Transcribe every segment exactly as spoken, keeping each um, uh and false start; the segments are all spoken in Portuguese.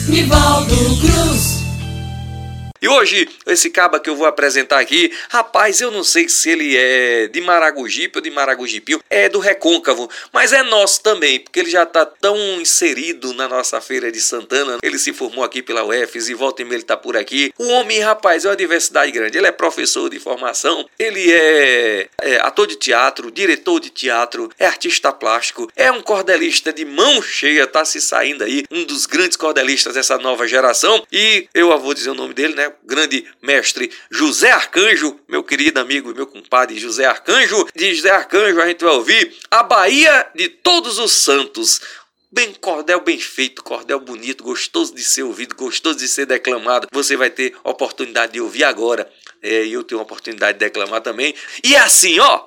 Nivaldo Cruz. E hoje, esse caba que eu vou apresentar aqui, rapaz, eu não sei se ele é de Maragogipe ou de Maragogipio, é do Recôncavo, mas é nosso também, porque ele já tá tão inserido na nossa feira de Santana, ele se formou aqui pela U F S e volta e meia ele tá por aqui. O homem, rapaz, é uma diversidade grande, ele é professor de formação, ele é, é ator de teatro, diretor de teatro, é artista plástico, é um cordelista de mão cheia, tá se saindo aí, um dos grandes cordelistas dessa nova geração, e eu vou dizer o nome dele, né? Grande mestre José Arcanjo, meu querido amigo, meu compadre José Arcanjo. De José Arcanjo a gente vai ouvir A Bahia de Todos os Santos. Bem, cordel bem feito, cordel bonito, gostoso de ser ouvido, gostoso de ser declamado. Você vai ter oportunidade de ouvir agora. É, eu tenho a oportunidade de declamar também. E é assim, ó.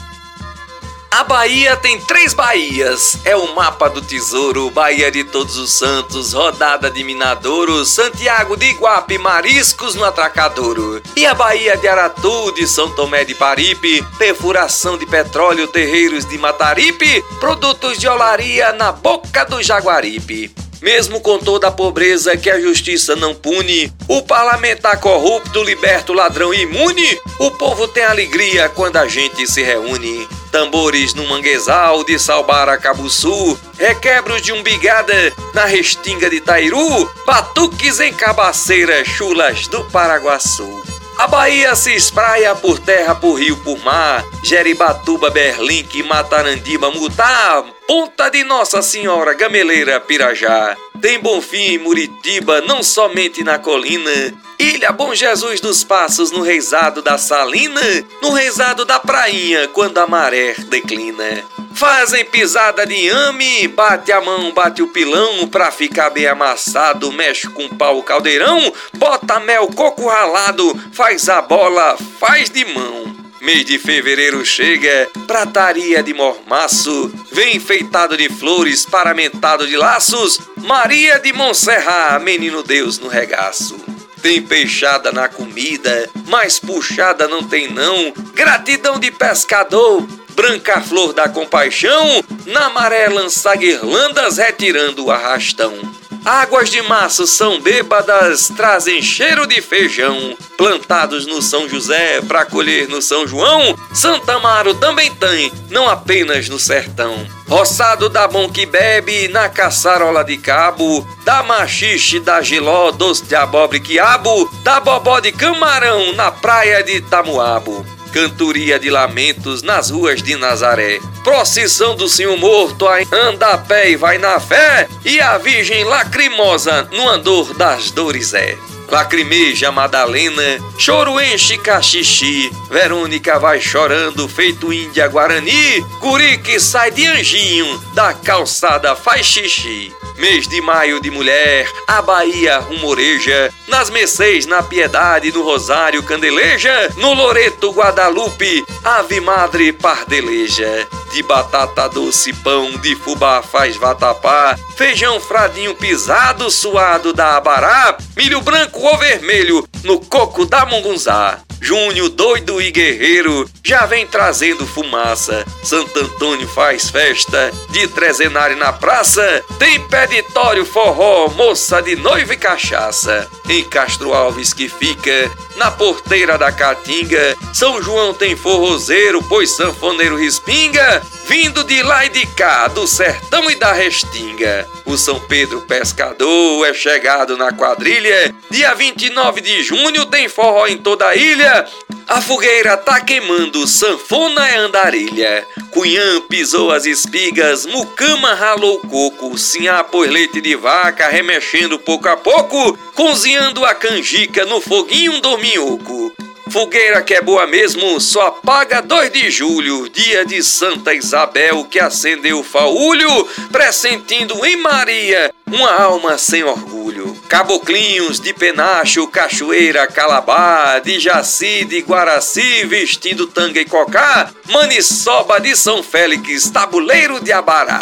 A Bahia tem três Bahias, é o mapa do tesouro, Bahia de Todos os Santos, Rodada de Minadouro, Santiago de Iguape, Mariscos no Atracadouro. E a Bahia de Aratu, de São Tomé de Paripe, perfuração de petróleo, terreiros de Mataripe, produtos de olaria na boca do Jaguaripe. Mesmo com toda a pobreza que a justiça não pune, o parlamentar corrupto liberta o ladrão imune, o povo tem alegria quando a gente se reúne. Tambores no manguezal de Salbar Cabuçu, requebros de umbigada na restinga de Tairu, batuques em Cabaceira, chulas do Paraguaçu. A Bahia se espraia por terra, por rio, por mar, Jeribatuba, Berlinque, Matarandiba, Mutá, Ponta de Nossa Senhora, Gameleira, Pirajá. Tem Bonfim, Muritiba, não somente na colina, Ilha Bom Jesus dos Passos, no reisado da Salina, no reisado da Prainha, quando a maré declina. Fazem pisada de inhame, bate a mão, bate o pilão, pra ficar bem amassado, mexe com pau o caldeirão, bota mel, coco ralado, faz a bola, faz de mão. Mês de fevereiro chega, prataria de mormaço, vem enfeitado de flores, paramentado de laços, Maria de Montserrat, menino Deus no regaço. Tem peixada na comida, mas puxada não tem não, gratidão de pescador, branca flor da compaixão, na maré lança guirlandas retirando o arrastão. Águas de março são bêbadas, trazem cheiro de feijão, plantados no São José pra colher no São João, Santa Amaro também tem, não apenas no sertão. Roçado dá bom que bebe na caçarola de cabo, da machixe, da giló, doce de abóbora e quiabo, da bobó de camarão na praia de Tamuabo. Cantoria de lamentos nas ruas de Nazaré, procissão do Senhor Morto, anda a pé e vai na fé, e a Virgem lacrimosa no andor das dores é. Lacrimeja Madalena, choro enche cachixi, Verônica vai chorando feito índia guarani, guri que sai de anjinho, da calçada faz xixi. Mês de maio de mulher, a Bahia rumoreja, nas Mercês, na Piedade, no Rosário candeleja, no Loreto Guadalupe, Ave Madre pardeleja. De batata doce pão, de fubá faz vatapá, feijão fradinho pisado, suado da abará, milho branco ou vermelho no coco da mungunzá. Junho doido e guerreiro já vem trazendo fumaça, Santo Antônio faz festa de trezenário na praça, tem peditório, forró, moça de noiva e cachaça. Em Castro Alves que fica na porteira da Caatinga, São João tem forrozeiro, pois sanfoneiro respinga, vindo de lá e de cá, do sertão e da restinga. O São Pedro pescador é chegado na quadrilha, dia vinte e nove de junho tem forró em toda a ilha, a fogueira tá queimando, sanfona é andarilha. Cunhã pisou as espigas, mucama ralou o coco, sinhá pôs leite de vaca, remexendo pouco a pouco, cozinhando a canjica no foguinho do minhoco. Fogueira que é boa mesmo, só apaga dois de julho, dia de Santa Isabel que acendeu o faúlho, pressentindo em Maria uma alma sem orgulho. Caboclinhos de Penacho, Cachoeira, Calabá, de Jaci, de Guaraci, vestindo tanga e cocá, Maniçoba de São Félix, tabuleiro de Abará.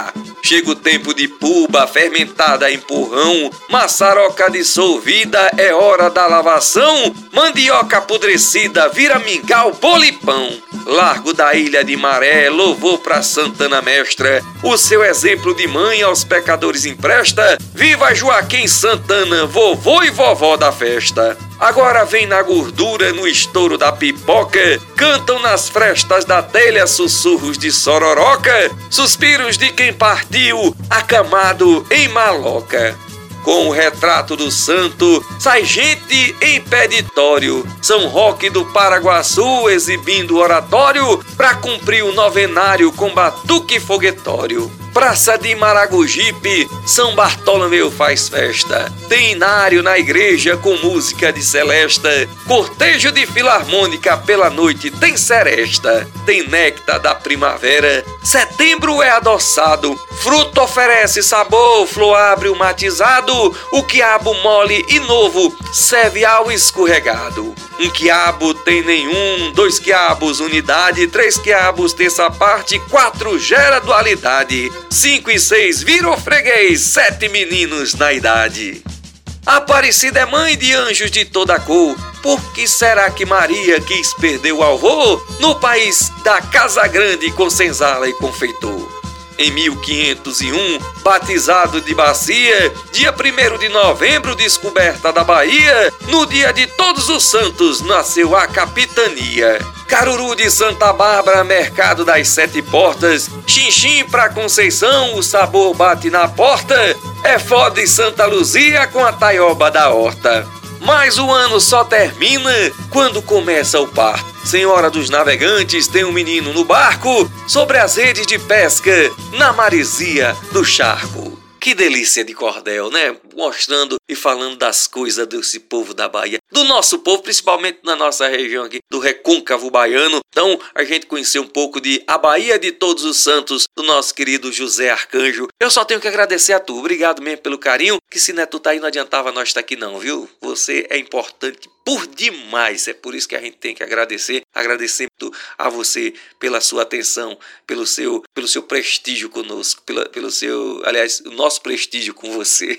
Chega o tempo de puba, fermentada a empurrão, maçaroca dissolvida, é hora da lavação, mandioca apodrecida, vira mingau, bolo e pão. Largo da ilha de Maré, louvor pra Santana Mestra, o seu exemplo de mãe aos pecadores empresta, viva Joaquim Santana, vovô e vovó da festa. Agora vem na gordura, no estouro da pipoca, cantam nas frestas da telha sussurros de sororoca, suspiros de quem partiu, acamado em maloca. Com o retrato do santo, sai gente em peditório, São Roque do Paraguaçu exibindo oratório pra cumprir o novenário com batuque foguetório. Praça de Maragogipe, São Bartolomeu faz festa, tem inário na igreja com música de celesta, cortejo de filarmônica pela noite tem seresta, tem néctar da primavera, setembro é adoçado, fruto oferece sabor, flor abre o matizado, o quiabo mole e novo serve ao escorregado. Um quiabo tem nenhum, dois quiabos unidade, três quiabos terça parte, quatro gera dualidade, cinco e seis virou freguês, sete meninos na idade. Aparecida é mãe de anjos de toda cor, por que será que Maria quis perder o alvor no país da Casa Grande com senzala e confeitor? Em mil quinhentos e um, batizado de Bacia, dia primeiro de novembro, descoberta da Bahia, no dia de Todos os Santos nasceu a capitania. Caruru de Santa Bárbara, mercado das sete portas, Xinxim pra Conceição, o sabor bate na porta, é foda de Santa Luzia com a taioba da horta. Mas o ano só termina quando começa o parto. Senhora dos navegantes tem um menino no barco, sobre as redes de pesca, na maresia do charco. Que delícia de cordel, né? Mostrando e falando das coisas desse povo da Bahia. Do nosso povo, principalmente na nossa região aqui, do recôncavo baiano. Então, a gente conheceu um pouco de A Bahia de Todos os Santos, do nosso querido José Arcanjo. Eu só tenho que agradecer a tu. Obrigado mesmo pelo carinho, que se não é tu tá aí, não adiantava nós estar aqui não, viu? Você é importante por demais. É por isso que a gente tem que agradecer. Agradecer muito a você pela sua atenção, pelo seu, pelo seu prestígio conosco, pela, pelo seu, aliás, o nosso prestígio com você.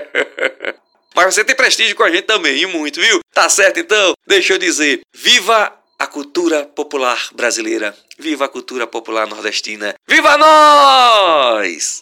Mas você tem prestígio com a gente também, e muito, viu? Tá certo então? Deixa eu dizer, viva a cultura popular brasileira, viva a cultura popular nordestina, viva nós!